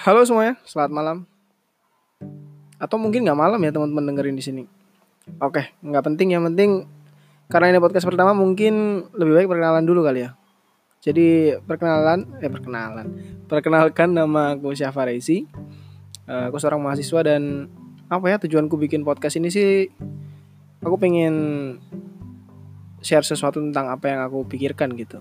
Halo semuanya, selamat malam. Atau mungkin nggak malam ya teman-teman dengerin di sini. Oke, nggak penting. Yang penting karena ini podcast pertama, mungkin lebih baik perkenalan dulu kali ya. Jadi perkenalkan nama aku Syafar Rezi. Aku seorang mahasiswa dan tujuanku bikin podcast ini sih, aku pengen share sesuatu tentang apa yang aku pikirkan gitu.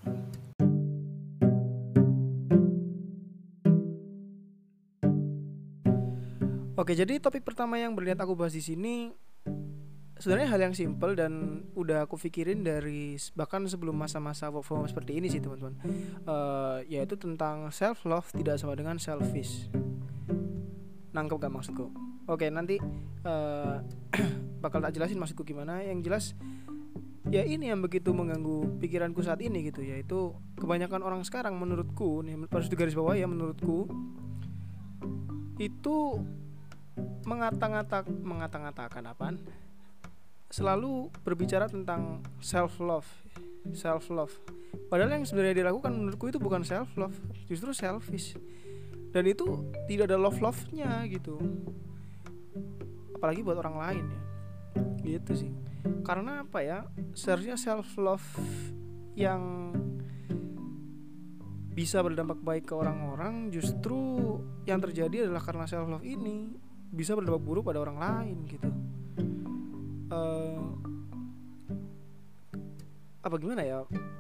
Oke, jadi topik pertama yang berniat aku bahas di sini sebenarnya hal yang simple dan udah aku pikirin dari bahkan sebelum masa-masa work from home seperti ini sih teman-teman. Yaitu tentang self love tidak sama dengan selfish. Nangkep gak maksudku? Oke, nanti bakal tak jelasin maksudku gimana. Yang jelas ya ini yang begitu mengganggu pikiranku saat ini gitu, yaitu kebanyakan orang sekarang menurutku nih, harus digaris bawah ya, menurutku itu mengata-ngatakan apaan, selalu berbicara tentang self love. Padahal yang sebenarnya dilakukan menurutku itu bukan self love, justru selfish. Dan itu tidak ada love-nya gitu. Apalagi buat orang lain ya. Gitu sih. Karena apa ya? Seharusnya self love yang bisa berdampak baik ke orang-orang, justru yang terjadi adalah karena self love ini bisa berdampak buruk pada orang lain gitu. Apa gimana ya?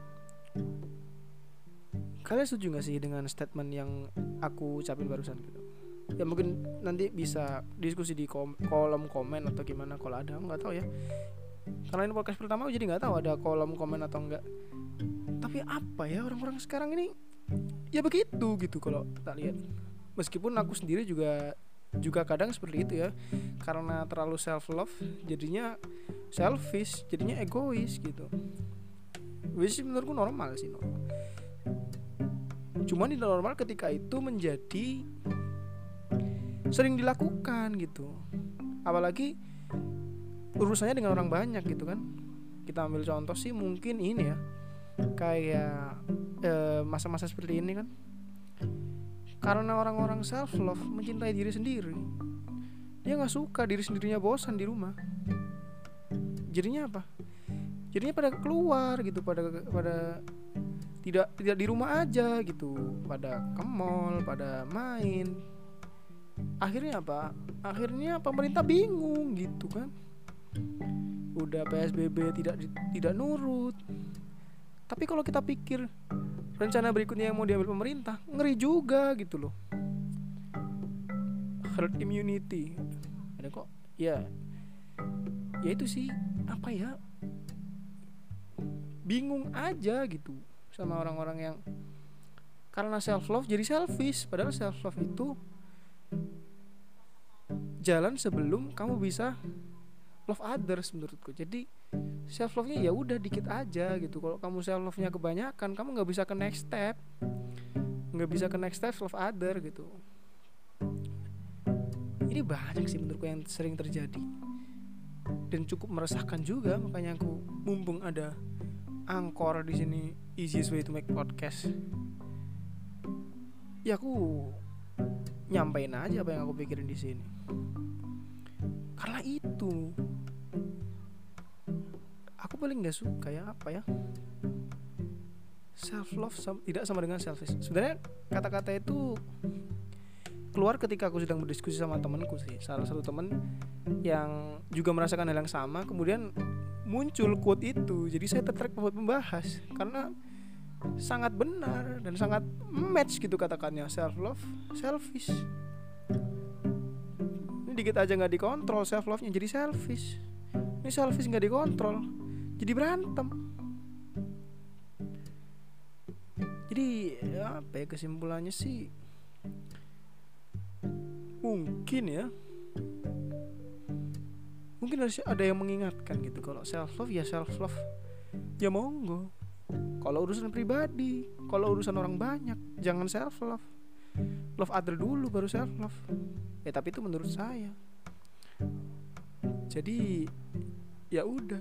Kalian setuju gak sih dengan statement yang aku ucapin barusan gitu? Ya mungkin nanti bisa diskusi di kolom komen atau gimana kalau ada, nggak tahu ya. Karena ini podcast pertama, jadi nggak tahu ada kolom komen atau enggak. Tapi apa ya, orang-orang sekarang ini ya begitu gitu kalau tak lihat. Meskipun aku sendiri juga kadang seperti itu ya. Karena terlalu self love jadinya selfish, jadinya egois gitu. Which menurutku normal sih, normal. Cuman tidak normal ketika itu menjadi sering dilakukan gitu. Apalagi urusannya dengan orang banyak gitu kan. Kita ambil contoh sih mungkin ini ya, kayak masa-masa seperti ini kan. Karena orang-orang self love, mencintai diri sendiri, dia gak suka diri sendirinya bosan di rumah. Jadinya apa? Jadinya pada keluar gitu, pada tidak di rumah aja gitu, pada ke mall, pada main. Akhirnya apa? Akhirnya pemerintah bingung gitu kan. Udah PSBB tidak nurut. Tapi kalau kita pikir rencana berikutnya yang mau diambil pemerintah, ngeri juga gitu loh. Herd immunity. Ada kok? Ya itu sih apa ya? Bingung aja gitu sama orang-orang yang karena self love jadi selfish. Padahal self love itu jalan sebelum kamu bisa love others menurutku. Jadi self love-nya ya udah dikit aja gitu. Kalau kamu self love-nya kebanyakan, kamu nggak bisa ke next step, love other gitu. Ini banyak sih menurutku yang sering terjadi dan cukup meresahkan juga. Makanya aku mumpung ada Anchor di sini, easiest way to make podcast, ya aku nyampein aja apa yang aku pikirin di sini. Karena itu aku paling nggak suka ya, apa ya, self love tidak sama dengan selfish. Sebenarnya kata-kata itu keluar ketika aku sedang berdiskusi sama temanku sih, salah satu teman yang juga merasakan hal yang sama. Kemudian muncul quote itu, jadi saya tertarik buat membahas karena sangat benar dan sangat match gitu katakannya. Self love, selfish. Ini dikit aja nggak dikontrol self love-nya jadi selfish. Ini selfish nggak dikontrol jadi berantem. Jadi apa ya kesimpulannya sih? Mungkin harus ada yang mengingatkan gitu. Kalau self love ya monggo. Kalau urusan pribadi, kalau urusan orang banyak, jangan self love. Love other dulu baru self love. Ya tapi itu menurut saya. Jadi ya udah.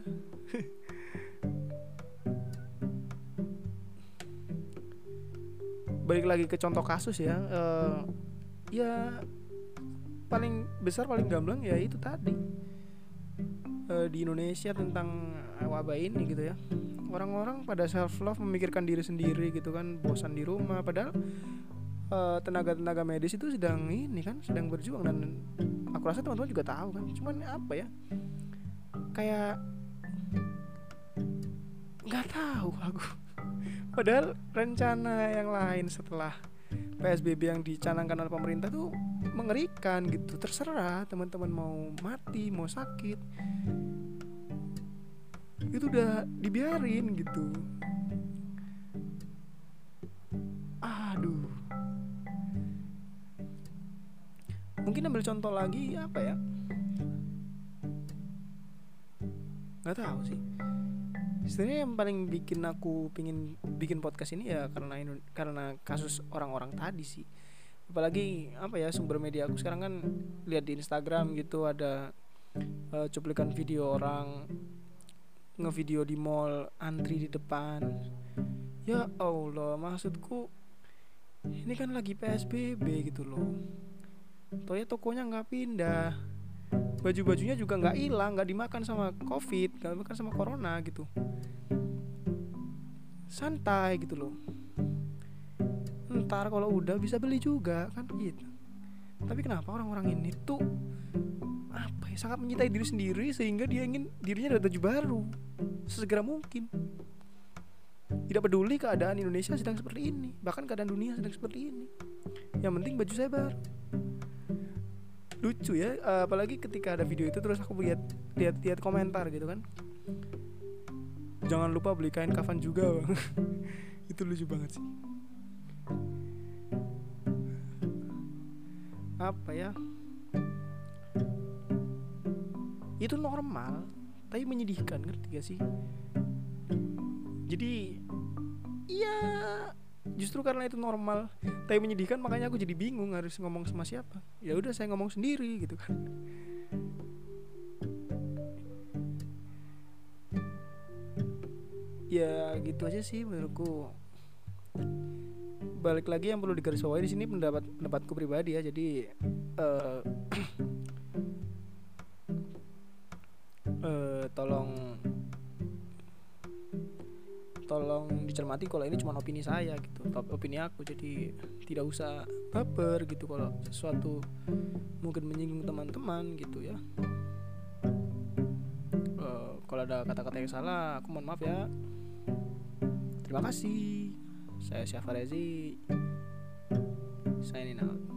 Balik lagi ke contoh kasus ya. ya paling besar paling gamblang ya itu tadi, di Indonesia tentang wabah ini gitu ya. Orang-orang pada self love, memikirkan diri sendiri gitu kan, bosan di rumah, padahal tenaga-tenaga medis itu sedang ini kan, sedang berjuang, dan aku rasa teman-teman juga tahu kan. Cuman apa ya, kayak nggak tahu aku. Padahal rencana yang lain setelah PSBB yang dicanangkan oleh pemerintah tuh mengerikan gitu. Terserah teman-teman mau mati, mau sakit, itu udah dibiarin gitu. Aduh. Mungkin ambil contoh lagi apa ya? Nggak tahu sih. Sebenarnya yang paling bikin aku pingin bikin podcast ini ya karena kasus orang-orang tadi sih. Apalagi apa ya, sumber media aku sekarang kan lihat di Instagram gitu, ada cuplikan video orang ngevideo di mall antri di depan. Ya Allah, maksudku ini kan lagi PSBB gitu loh. Toya tokonya nggak pindah, baju-bajunya juga nggak hilang, nggak dimakan sama COVID, nggak dimakan sama corona gitu. Santai gitu loh. Ntar kalau udah bisa beli juga kan gitu. Tapi kenapa orang-orang ini tuh apa ya, sangat mencintai diri sendiri sehingga dia ingin dirinya dapat baju baru sesegera mungkin. Tidak peduli keadaan Indonesia sedang seperti ini, bahkan keadaan dunia sedang seperti ini. Yang penting baju saya baru. Lucu ya, apalagi ketika ada video itu terus aku lihat komentar gitu kan. Jangan lupa beli kain kafan juga, Bang. Itu lucu banget sih. Apa ya? Itu normal, tapi menyedihkan, ngerti gak sih? Jadi ya justru karena itu normal tapi menyedihkan, makanya aku jadi bingung harus ngomong sama siapa. Ya udah, saya ngomong sendiri gitu kan. Ya gitu aja sih menurutku. Balik lagi, yang perlu digarisbawahi di sini pendapatku pribadi ya. Jadi tolong dicermati kalau ini cuma opini saya gitu, opini aku. Jadi tidak usah baper gitu kalau sesuatu mungkin menyinggung teman-teman gitu ya. Kalau ada kata-kata yang salah, aku mohon maaf ya. Terima kasih. Saya Syafarezi, signing out.